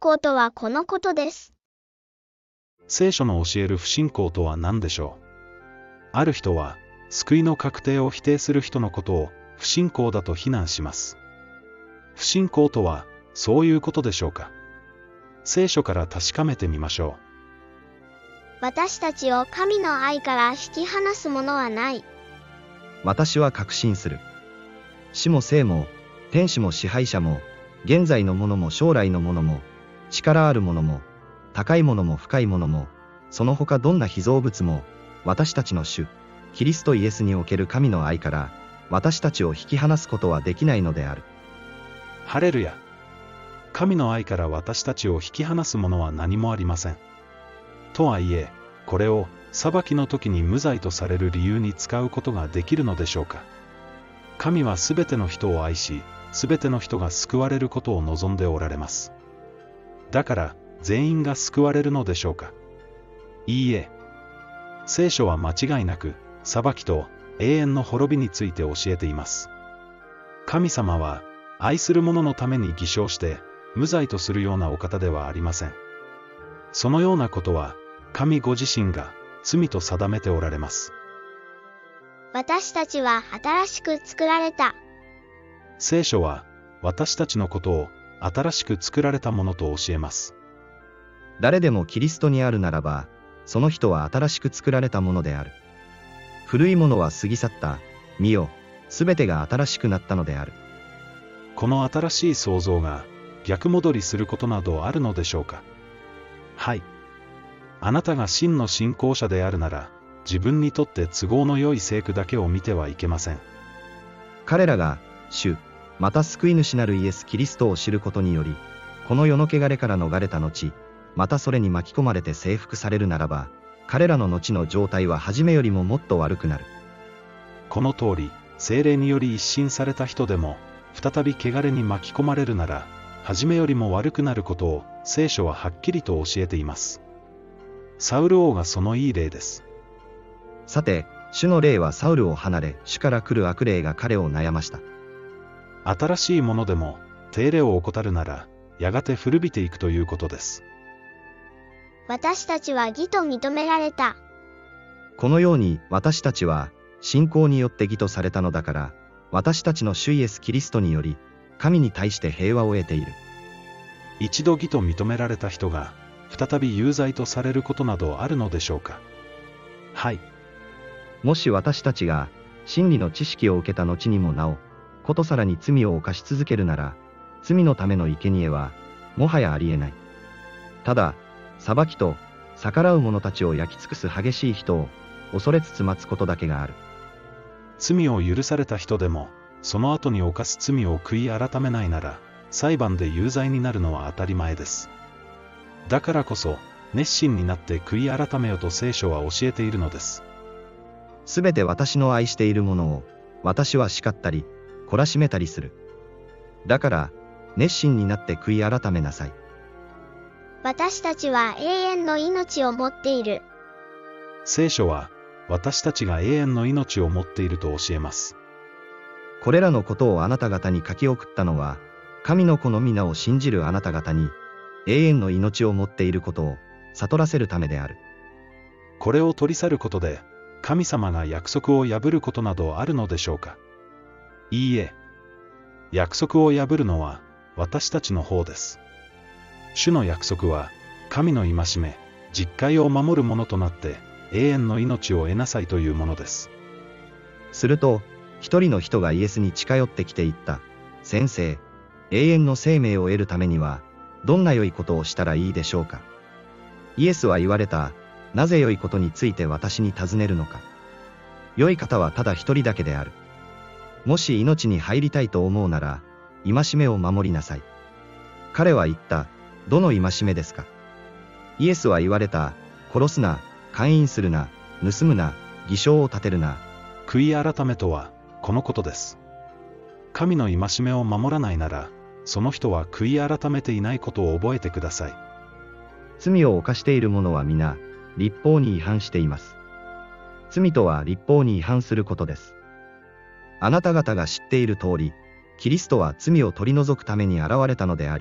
仰とはこのことです。 聖書の教える不信仰とは何でしょう。ある人は、救いの確定を否定する人のことを不信仰だと非難します。不信仰とは、そういうことでしょうか。聖書から確かめてみましょう。 私たちを神の愛から引き離すものはない。 私は確信する。死も生も、天使も支配者も、現在のものも将来のものも、力あるものも、高いものも深いものも、その他どんな被造物も、私たちの主、キリストイエスにおける神の愛から、私たちを引き離すことはできないのである。 ハレルヤ。神の愛から私たちを引き離すものは何もありません。とはいえ、これを裁きの時に無罪とされる理由に使うことができるのでしょうか。神はすべての人を愛し、すべての人が救われることを望んでおられます。だから、全員が救われるのでしょうか。いいえ。聖書は間違いなく、裁きと永遠の滅びについて教えています。神様は、愛する者のために偽証して、無罪とするようなお方ではありません。そのようなことは、神ご自身が罪と定めておられます。 私たちは新しく作られた。 聖書は、私たちのことを新しく作られたものと教えます。 誰でもキリストにあるならば、その人は新しく作られたものである。古いものは過ぎ去った。見よ、すべてが新しくなったのである。 この新しい創造が逆戻りすることなどあるのでしょうか。はい。あなたが真の信仰者であるなら、自分にとって都合の良い聖句だけを見てはいけません。 彼らが、主、また救い主なるイエス・キリストを知ることにより、この世の汚れから逃れた後、またそれに巻き込まれて征服されるならば、彼らの後の状態は初めよりももっと悪くなる。 この通り、聖霊により一新された人でも、再び汚れに巻き込まれるなら、初めよりも悪くなることを聖書ははっきりと教えています。サウル王がそのいい例です。 さて、主の霊はサウルを離れ、主から来る悪霊が彼を悩ました。 新しいものでも、手入れを怠るなら、やがて古びていくということです。 私たちは義と認められた。 このように私たちは、信仰によって義とされたのだから、私たちの主イエス・キリストにより、神に対して平和を得ている。 一度義と認められた人が、再び有罪とされることなどあるのでしょうか。はい。 もし私たちが、真理の知識を受けた後にもなお、ことさらに罪を犯し続けるなら、罪のための生贄は、もはやありえない。ただ、裁きと、逆らう者たちを焼き尽くす激しい人を、恐れつつ待つことだけがある。 罪を許された人でも、その後に犯す罪を悔い改めないなら、裁判で有罪になるのは当たり前です。だからこそ、熱心になって悔い改めよと聖書は教えているのです。 すべて私の愛しているものを、私は叱ったり、懲らしめたりする。だから、熱心になって悔い改めなさい。 私たちは永遠の命を持っている。 聖書は、私たちが永遠の命を持っていると教えます。 これらのことをあなた方に書き送ったのは、神の子の皆を信じるあなた方に、永遠の命を持っていることを悟らせるためである。 これを取り去ることで、神様が約束を破ることなどあるのでしょうか。いいえ。約束を破るのは、私たちの方です。主の約束は、神の戒め、実戒を守るものとなって、永遠の命を得なさいというものです。 すると、一人の人がイエスに近寄ってきて言った。先生、永遠の生命を得るためには、どんな良いことをしたらいいでしょうか。イエスは言われた。なぜ良いことについて私に尋ねるのか。良い方はただ一人だけである。もし命に入りたいと思うなら、戒めを守りなさい。彼は言った。どの戒めですか。イエスは言われた。殺すな、姦淫するな、盗むな、偽証を立てるな。 悔い改めとは、このことです。神の戒めを守らないなら、その人は悔い改めていないことを覚えてください。 罪を犯している者は皆、律法に違反しています。罪とは律法に違反することです。あなた方が知っている通り、キリストは罪を取り除くために現れたのであり、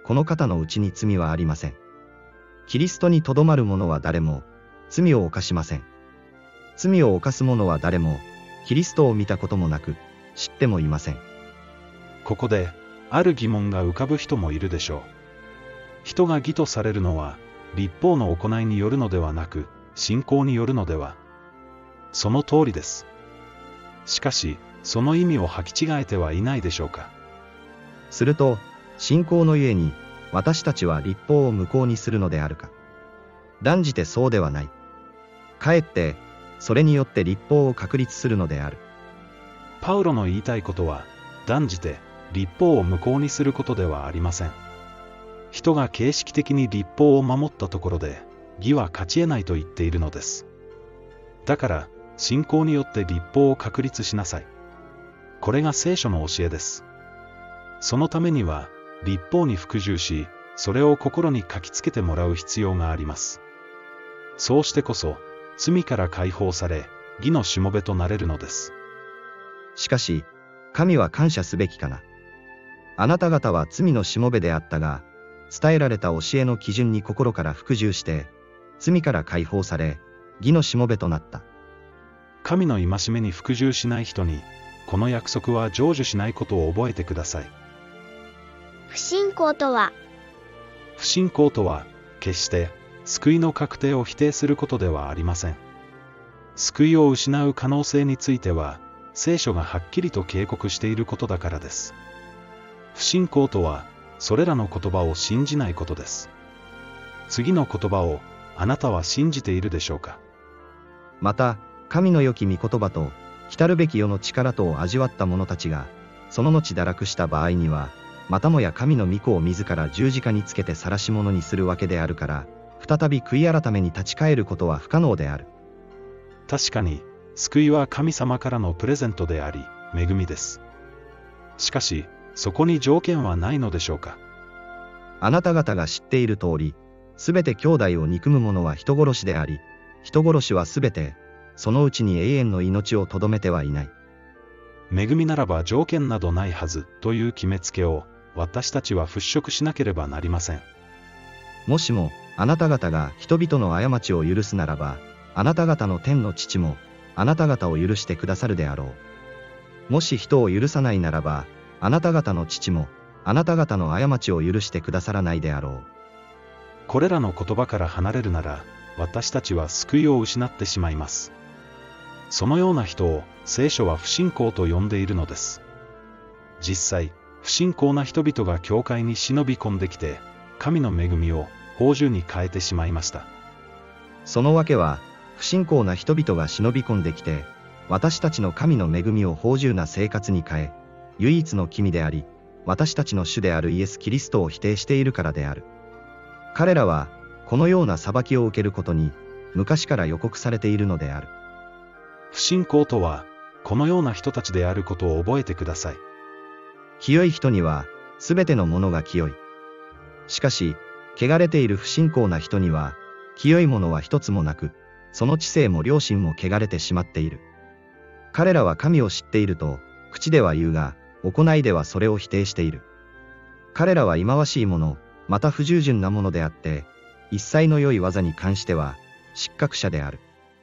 この方のうちに罪はありません。キリストにとどまる者は誰も罪を犯しません。罪を犯す者は誰もキリストを見たこともなく知ってもいません。 ここである疑問が浮かぶ人もいるでしょう。人が義とされるのは律法の行いによるのではなく信仰によるのでは。その通りです。しかしその意味を履き違えてはいないでしょうか。 すると信仰のゆえに私たちは律法を無効にするのであるか。断じてそうではない。かえってそれによって律法を確立するのである。 パウロの言いたいことは断じて律法を無効にすることではありません。人が形式的に律法を守ったところで義は勝ち得ないと言っているのです。だから信仰によって律法を確立しなさい。これが聖書の教えです。そのためには律法に服従し、それを心に書きつけてもらう必要があります。そうしてこそ罪から解放され義のしもべとなれるのです。 しかし神は感謝すべきかな。あなた方は罪のしもべであったが、伝えられた教えの基準に心から服従して罪から解放され義のしもべとなった。 神の戒めに服従しない人にこの約束は成就しないことを覚えてください。 不信仰とは、 不信仰とは決して救いの確定を否定することではありません。救いを失う可能性については聖書がはっきりと警告していることだからです。不信仰とはそれらの言葉を信じないことです。次の言葉をあなたは信じているでしょうか。 また神の良き御言葉と来るべき世の力とを味わった者たちがその後堕落した場合にはまたもや神の御子を自ら十字架につけて晒し者にするわけであるから、再び悔い改めに立ち返ることは不可能である。 確かに救いは神様からのプレゼントであり恵みです。しかしそこに条件はないのでしょうか。 あなた方が知っている通り、すべて兄弟を憎む者は人殺しであり、人殺しはすべてそのうちに永遠の命をとどめてはいない。 恵みならば条件などないはずという決めつけを私たちは払拭しなければなりません。 もしもあなた方が人々の過ちを許すならば、あなた方の天の父もあなた方を許してくださるであろう。もし人を許さないならば、あなた方の父もあなた方の過ちを許してくださらないであろう。 これらの言葉から離れるなら私たちは救いを失ってしまいます。そのような人を聖書は不信仰と呼んでいるのです。実際不信仰な人々が教会に忍び込んできて神の恵みを放縦に変えてしまいました。 そのわけは不信仰な人々が忍び込んできて私たちの神の恵みを放縦な生活に変え、唯一の君であり私たちの主であるイエス・キリストを否定しているからである。彼らはこのような裁きを受けることに昔から予告されているのである。 不信仰とはこのような人たちであることを覚えてください。 清い人にはすべてのものが清い。しかし汚れている不信仰な人には清いものは一つもなく、その知性も良心も汚れてしまっている。彼らは神を知っていると口では言うが、行いではそれを否定している。彼らは忌まわしいもの、また不従順なものであって、一切の良い技に関しては失格者である。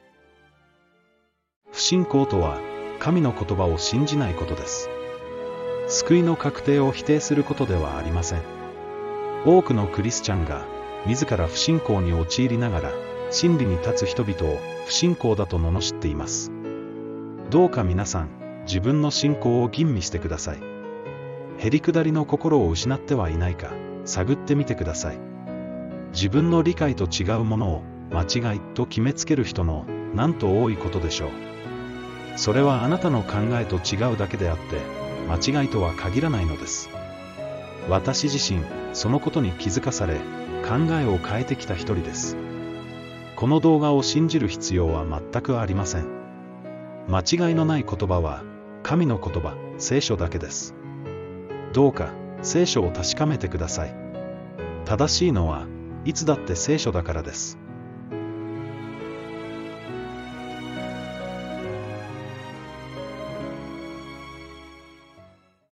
不信仰とは神の言葉を信じないことです。救いの確定を否定することではありません。多くのクリスチャンが自ら不信仰に陥りながら真理に立つ人々を不信仰だと罵っています。どうか皆さん、自分の信仰を吟味してください。へりくだりの心を失ってはいないか探ってみてください。自分の理解と違うものを間違いと決めつける人のなんと多いことでしょう。それはあなたの考えと違うだけであって間違いとは限らないのです。私自身そのことに気づかされ考えを変えてきた一人です。この動画を信じる必要は全くありません。間違いのない言葉は神の言葉、聖書だけです。どうか聖書を確かめてください。正しいのはいつだって聖書だからです。